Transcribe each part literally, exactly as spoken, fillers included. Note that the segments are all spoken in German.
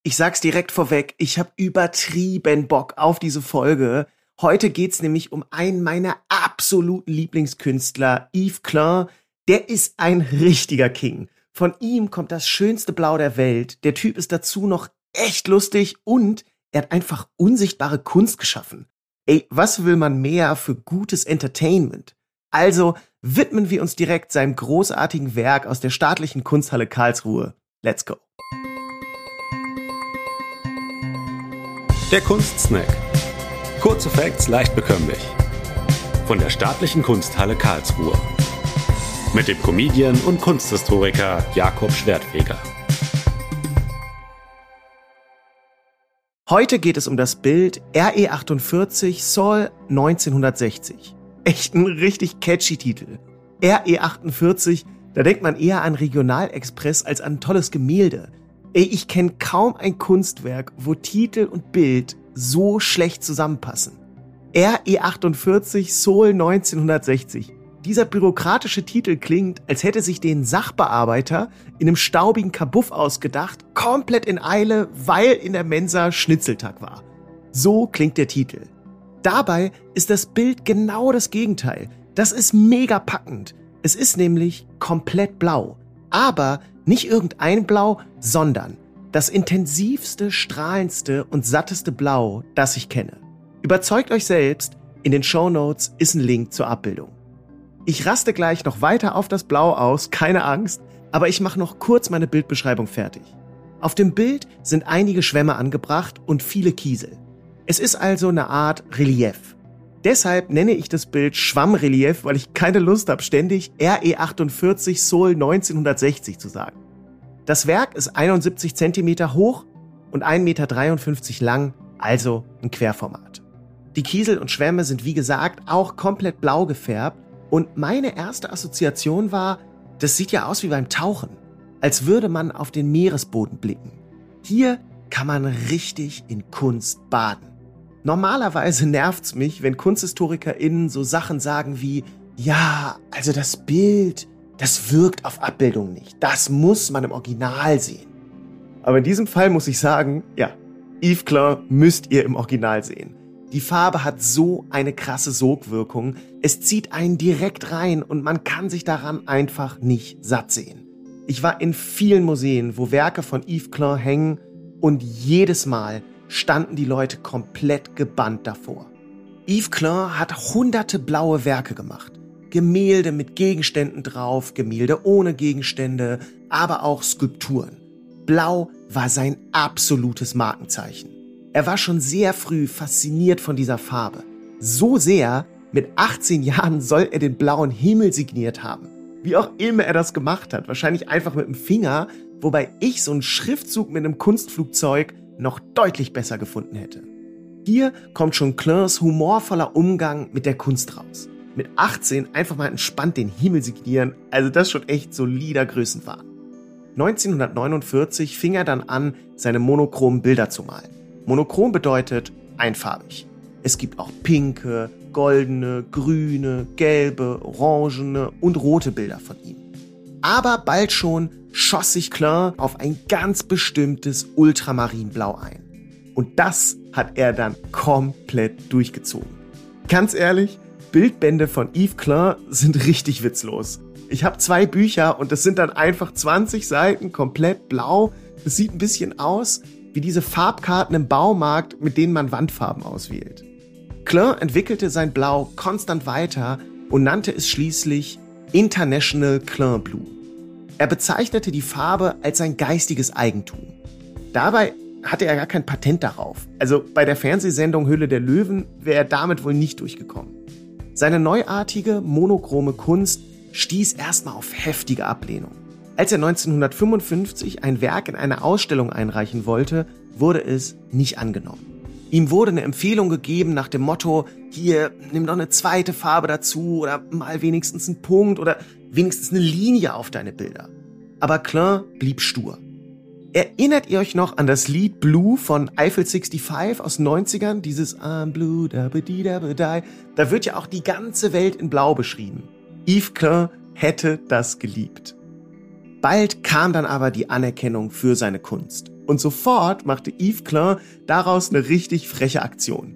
Ich sag's direkt vorweg, ich habe übertrieben Bock auf diese Folge. Heute geht's nämlich um einen meiner absoluten Lieblingskünstler, Yves Klein. Der ist ein richtiger King. Von ihm kommt das schönste Blau der Welt. Der Typ ist dazu noch echt lustig und er hat einfach unsichtbare Kunst geschaffen. Ey, was will man mehr für gutes Entertainment? Also widmen wir uns direkt seinem großartigen Werk aus der Staatlichen Kunsthalle Karlsruhe. Let's go. Der Kunstsnack. Kurze Facts leicht bekömmlich. Von der Staatlichen Kunsthalle Karlsruhe. Mit dem Comedian und Kunsthistoriker Jakob Schwertfeger. Heute geht es um das Bild R E achtundvierzig Sol neunzehnhundertsechzig. Echt ein richtig catchy Titel. R E achtundvierzig, da denkt man eher an Regionalexpress als an ein tolles Gemälde. Ey, ich kenne kaum ein Kunstwerk, wo Titel und Bild so schlecht zusammenpassen. R E achtundvierzig Sol neunzehnhundertsechzig. Dieser bürokratische Titel klingt, als hätte sich den Sachbearbeiter in einem staubigen Kabuff ausgedacht, komplett in Eile, weil in der Mensa Schnitzeltag war. So klingt der Titel. Dabei ist das Bild genau das Gegenteil. Das ist mega packend. Es ist nämlich komplett blau. Aber nicht irgendein Blau, sondern das intensivste, strahlendste und satteste Blau, das ich kenne. Überzeugt euch selbst, in den Shownotes ist ein Link zur Abbildung. Ich raste gleich noch weiter auf das Blau aus, keine Angst, aber ich mache noch kurz meine Bildbeschreibung fertig. Auf dem Bild sind einige Schwämme angebracht und viele Kiesel. Es ist also eine Art Relief. Deshalb nenne ich das Bild Schwammrelief, weil ich keine Lust habe, ständig R E achtundvierzig Sol neunzehnhundertsechzig zu sagen. Das Werk ist einundsiebzig Zentimeter hoch und ein Meter dreiundfünfzig lang, also ein Querformat. Die Kiesel und Schwämme sind wie gesagt auch komplett blau gefärbt und meine erste Assoziation war, das sieht ja aus wie beim Tauchen, als würde man auf den Meeresboden blicken. Hier kann man richtig in Kunst baden. Normalerweise nervt's mich, wenn KunsthistorikerInnen so Sachen sagen wie, ja, also das Bild, das wirkt auf Abbildung nicht. Das muss man im Original sehen. Aber in diesem Fall muss ich sagen, ja, Yves Klein müsst ihr im Original sehen. Die Farbe hat so eine krasse Sogwirkung. Es zieht einen direkt rein und man kann sich daran einfach nicht satt sehen. Ich war in vielen Museen, wo Werke von Yves Klein hängen und jedes Mal standen die Leute komplett gebannt davor. Yves Klein hat hunderte blaue Werke gemacht. Gemälde mit Gegenständen drauf, Gemälde ohne Gegenstände, aber auch Skulpturen. Blau war sein absolutes Markenzeichen. Er war schon sehr früh fasziniert von dieser Farbe. So sehr, mit achtzehn Jahren soll er den blauen Himmel signiert haben. Wie auch immer er das gemacht hat, wahrscheinlich einfach mit dem Finger, wobei ich so einen Schriftzug mit einem Kunstflugzeug noch deutlich besser gefunden hätte. Hier kommt schon Kleins humorvoller Umgang mit der Kunst raus. Mit achtzehn einfach mal entspannt den Himmel signieren, also das ist schon echt solider Größenwahn. neunzehnhundertneunundvierzig fing er dann an, seine monochromen Bilder zu malen. Monochrom bedeutet einfarbig. Es gibt auch pinke, goldene, grüne, gelbe, orangene und rote Bilder von ihm. Aber bald schon schoss sich Klein auf ein ganz bestimmtes Ultramarinblau ein. Und das hat er dann komplett durchgezogen. Ganz ehrlich, Bildbände von Yves Klein sind richtig witzlos. Ich habe zwei Bücher und das sind dann einfach zwanzig Seiten komplett blau. Das sieht ein bisschen aus wie diese Farbkarten im Baumarkt, mit denen man Wandfarben auswählt. Klein entwickelte sein Blau konstant weiter und nannte es schließlich International Klein Blue. Er bezeichnete die Farbe als sein geistiges Eigentum. Dabei hatte er gar kein Patent darauf. Also bei der Fernsehsendung Höhle der Löwen wäre er damit wohl nicht durchgekommen. Seine neuartige, monochrome Kunst stieß erstmal auf heftige Ablehnung. Als er neunzehnhundertfünfundfünfzig ein Werk in eine Ausstellung einreichen wollte, wurde es nicht angenommen. Ihm wurde eine Empfehlung gegeben nach dem Motto, hier, nimm doch eine zweite Farbe dazu oder mal wenigstens einen Punkt oder wenigstens eine Linie auf deine Bilder. Aber Klein blieb stur. Erinnert ihr euch noch an das Lied Blue von Eiffel fünfundsiebzig aus den neunzigern? Dieses I'm blue, da ba di da ba di. Da wird ja auch die ganze Welt in Blau beschrieben. Yves Klein hätte das geliebt. Bald kam dann aber die Anerkennung für seine Kunst. Und sofort machte Yves Klein daraus eine richtig freche Aktion.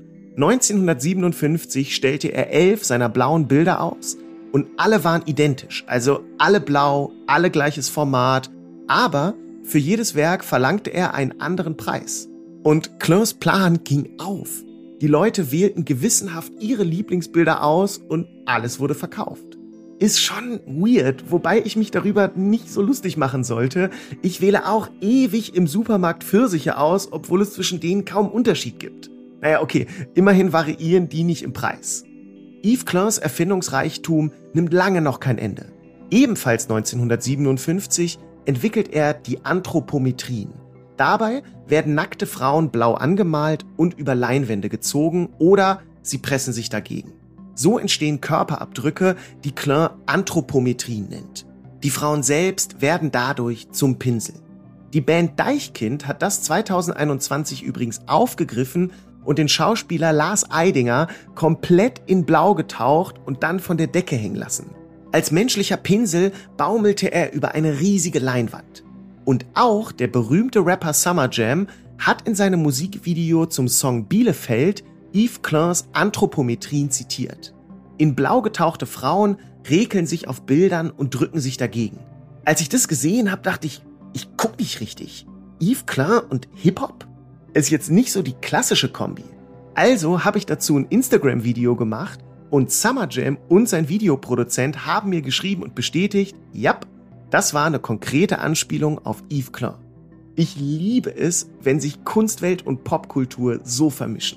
neunzehnhundertsiebenundfünfzig stellte er elf seiner blauen Bilder aus und alle waren identisch, also alle blau, alle gleiches Format, aber für jedes Werk verlangte er einen anderen Preis. Und Kleins Plan ging auf. Die Leute wählten gewissenhaft ihre Lieblingsbilder aus und alles wurde verkauft. Ist schon weird, wobei ich mich darüber nicht so lustig machen sollte. Ich wähle auch ewig im Supermarkt Pfirsiche aus, obwohl es zwischen denen kaum Unterschied gibt. Naja, okay, immerhin variieren die nicht im Preis. Yves Kleins Erfindungsreichtum nimmt lange noch kein Ende. Ebenfalls neunzehnhundertsiebenundfünfzig entwickelt er die Anthropometrien. Dabei werden nackte Frauen blau angemalt und über Leinwände gezogen oder sie pressen sich dagegen. So entstehen Körperabdrücke, die Klein Anthropometrien nennt. Die Frauen selbst werden dadurch zum Pinsel. Die Band Deichkind hat das zweitausendeinundzwanzig übrigens aufgegriffen und den Schauspieler Lars Eidinger komplett in Blau getaucht und dann von der Decke hängen lassen. Als menschlicher Pinsel baumelte er über eine riesige Leinwand. Und auch der berühmte Rapper Summer Jam hat in seinem Musikvideo zum Song Bielefeld Yves Kleins Anthropometrien zitiert. In blau getauchte Frauen rekeln sich auf Bildern und drücken sich dagegen. Als ich das gesehen habe, dachte ich, ich guck nicht richtig. Yves Klein und Hip-Hop? Ist jetzt nicht so die klassische Kombi. Also habe ich dazu ein Instagram-Video gemacht und Summer Jam und sein Videoproduzent haben mir geschrieben und bestätigt, japp, das war eine konkrete Anspielung auf Yves Klein. Ich liebe es, wenn sich Kunstwelt und Popkultur so vermischen.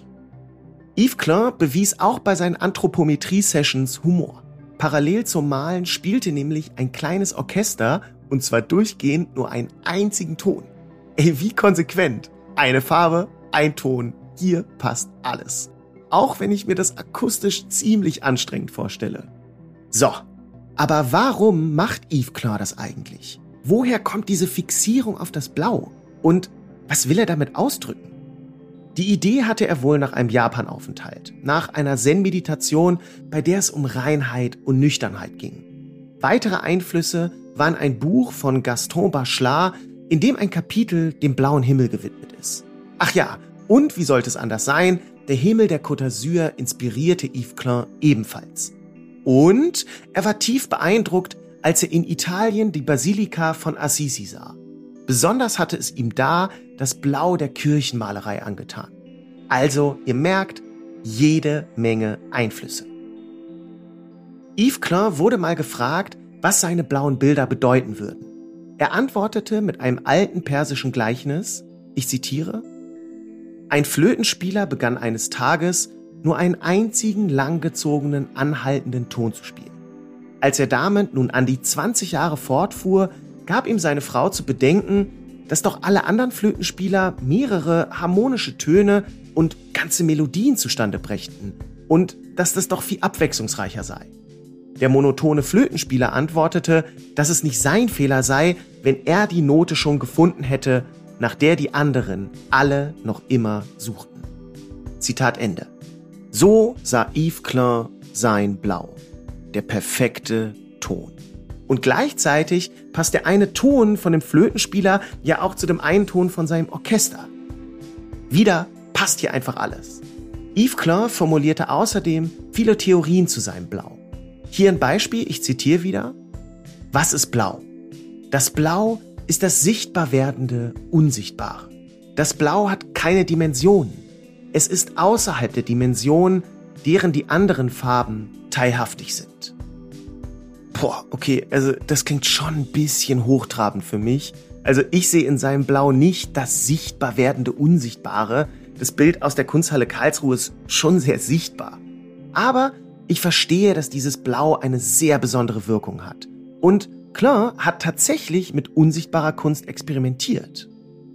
Yves Klein bewies auch bei seinen Anthropometrie-Sessions Humor. Parallel zum Malen spielte nämlich ein kleines Orchester, und zwar durchgehend nur einen einzigen Ton. Ey, wie konsequent. Eine Farbe, ein Ton, hier passt alles. Auch wenn ich mir das akustisch ziemlich anstrengend vorstelle. So, aber warum macht Yves Klein das eigentlich? Woher kommt diese Fixierung auf das Blau? Und was will er damit ausdrücken? Die Idee hatte er wohl nach einem Japanaufenthalt, nach einer Zen-Meditation, bei der es um Reinheit und Nüchternheit ging. Weitere Einflüsse waren ein Buch von Gaston Bachelard, in dem ein Kapitel dem blauen Himmel gewidmet ist. Ach ja, und wie sollte es anders sein, der Himmel der Côte d'Azur inspirierte Yves Klein ebenfalls. Und er war tief beeindruckt, als er in Italien die Basilika von Assisi sah. Besonders hatte es ihm da das Blau der Kirchenmalerei angetan. Also, ihr merkt, jede Menge Einflüsse. Yves Klein wurde mal gefragt, was seine blauen Bilder bedeuten würden. Er antwortete mit einem alten persischen Gleichnis, ich zitiere, ein Flötenspieler begann eines Tages, nur einen einzigen langgezogenen, anhaltenden Ton zu spielen. Als er damit nun an die zwanzig Jahre fortfuhr, gab ihm seine Frau zu bedenken, dass doch alle anderen Flötenspieler mehrere harmonische Töne und ganze Melodien zustande brächten und dass das doch viel abwechslungsreicher sei. Der monotone Flötenspieler antwortete, dass es nicht sein Fehler sei, wenn er die Note schon gefunden hätte, nach der die anderen alle noch immer suchten. Zitat Ende. So sah Yves Klein sein Blau. Der perfekte Ton. Und gleichzeitig passt der eine Ton von dem Flötenspieler ja auch zu dem einen Ton von seinem Orchester. Wieder passt hier einfach alles. Yves Klein formulierte außerdem viele Theorien zu seinem Blau. Hier ein Beispiel, ich zitiere wieder. Was ist Blau? Das Blau ist das sichtbar werdende Unsichtbare. Das Blau hat keine Dimensionen. Es ist außerhalb der Dimensionen, deren die anderen Farben teilhaftig sind. Boah, okay, also das klingt schon ein bisschen hochtrabend für mich. Also ich sehe in seinem Blau nicht das sichtbar werdende Unsichtbare. Das Bild aus der Kunsthalle Karlsruhe ist schon sehr sichtbar. Aber ich verstehe, dass dieses Blau eine sehr besondere Wirkung hat. Und Klein hat tatsächlich mit unsichtbarer Kunst experimentiert.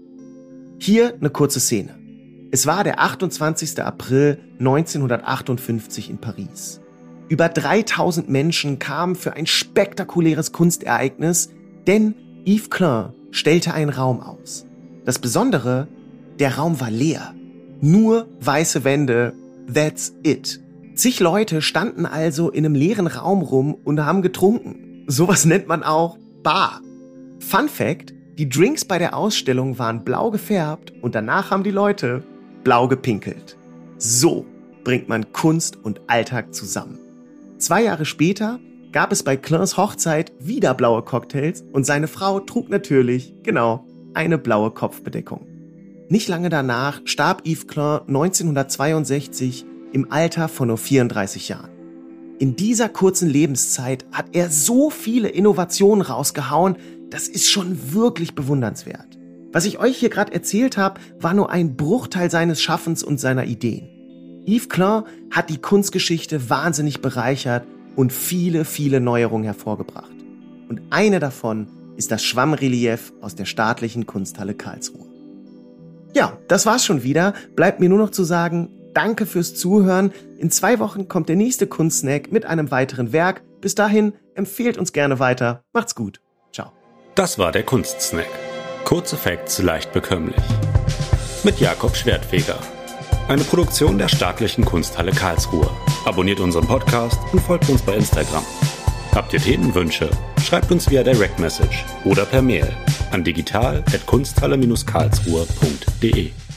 Hier eine kurze Szene. Es war der achtundzwanzigster April neunzehnhundertachtundfünfzig in Paris. Über dreitausend Menschen kamen für ein spektakuläres Kunstereignis, denn Yves Klein stellte einen Raum aus. Das Besondere, der Raum war leer. Nur weiße Wände, that's it. Zig Leute standen also in einem leeren Raum rum und haben getrunken. Sowas nennt man auch Bar. Fun Fact, Die Drinks bei der Ausstellung waren blau gefärbt und danach haben die Leute blau gepinkelt. So bringt man Kunst und Alltag zusammen. Zwei Jahre später gab es bei Kleins Hochzeit wieder blaue Cocktails und seine Frau trug natürlich, genau, eine blaue Kopfbedeckung. Nicht lange danach starb Yves Klein neunzehnhundertzweiundsechzig im Alter von nur vierunddreißig Jahren. In dieser kurzen Lebenszeit hat er so viele Innovationen rausgehauen, das ist schon wirklich bewundernswert. Was ich euch hier gerade erzählt habe, war nur ein Bruchteil seines Schaffens und seiner Ideen. Yves Klein hat die Kunstgeschichte wahnsinnig bereichert und viele, viele Neuerungen hervorgebracht. Und eine davon ist das Schwammrelief aus der Staatlichen Kunsthalle Karlsruhe. Ja, das war's schon wieder. Bleibt mir nur noch zu sagen, danke fürs Zuhören. In zwei Wochen kommt der nächste Kunstsnack mit einem weiteren Werk. Bis dahin, empfehlt uns gerne weiter. Macht's gut. Ciao. Das war der Kunstsnack. Kurze Facts leicht bekömmlich. Mit Jakob Schwertfeger. Eine Produktion der Staatlichen Kunsthalle Karlsruhe. Abonniert unseren Podcast und folgt uns bei Instagram. Habt ihr Themenwünsche? Schreibt uns via Direct Message oder per Mail an digital at kunsthalle Bindestrich karlsruhe punkt de.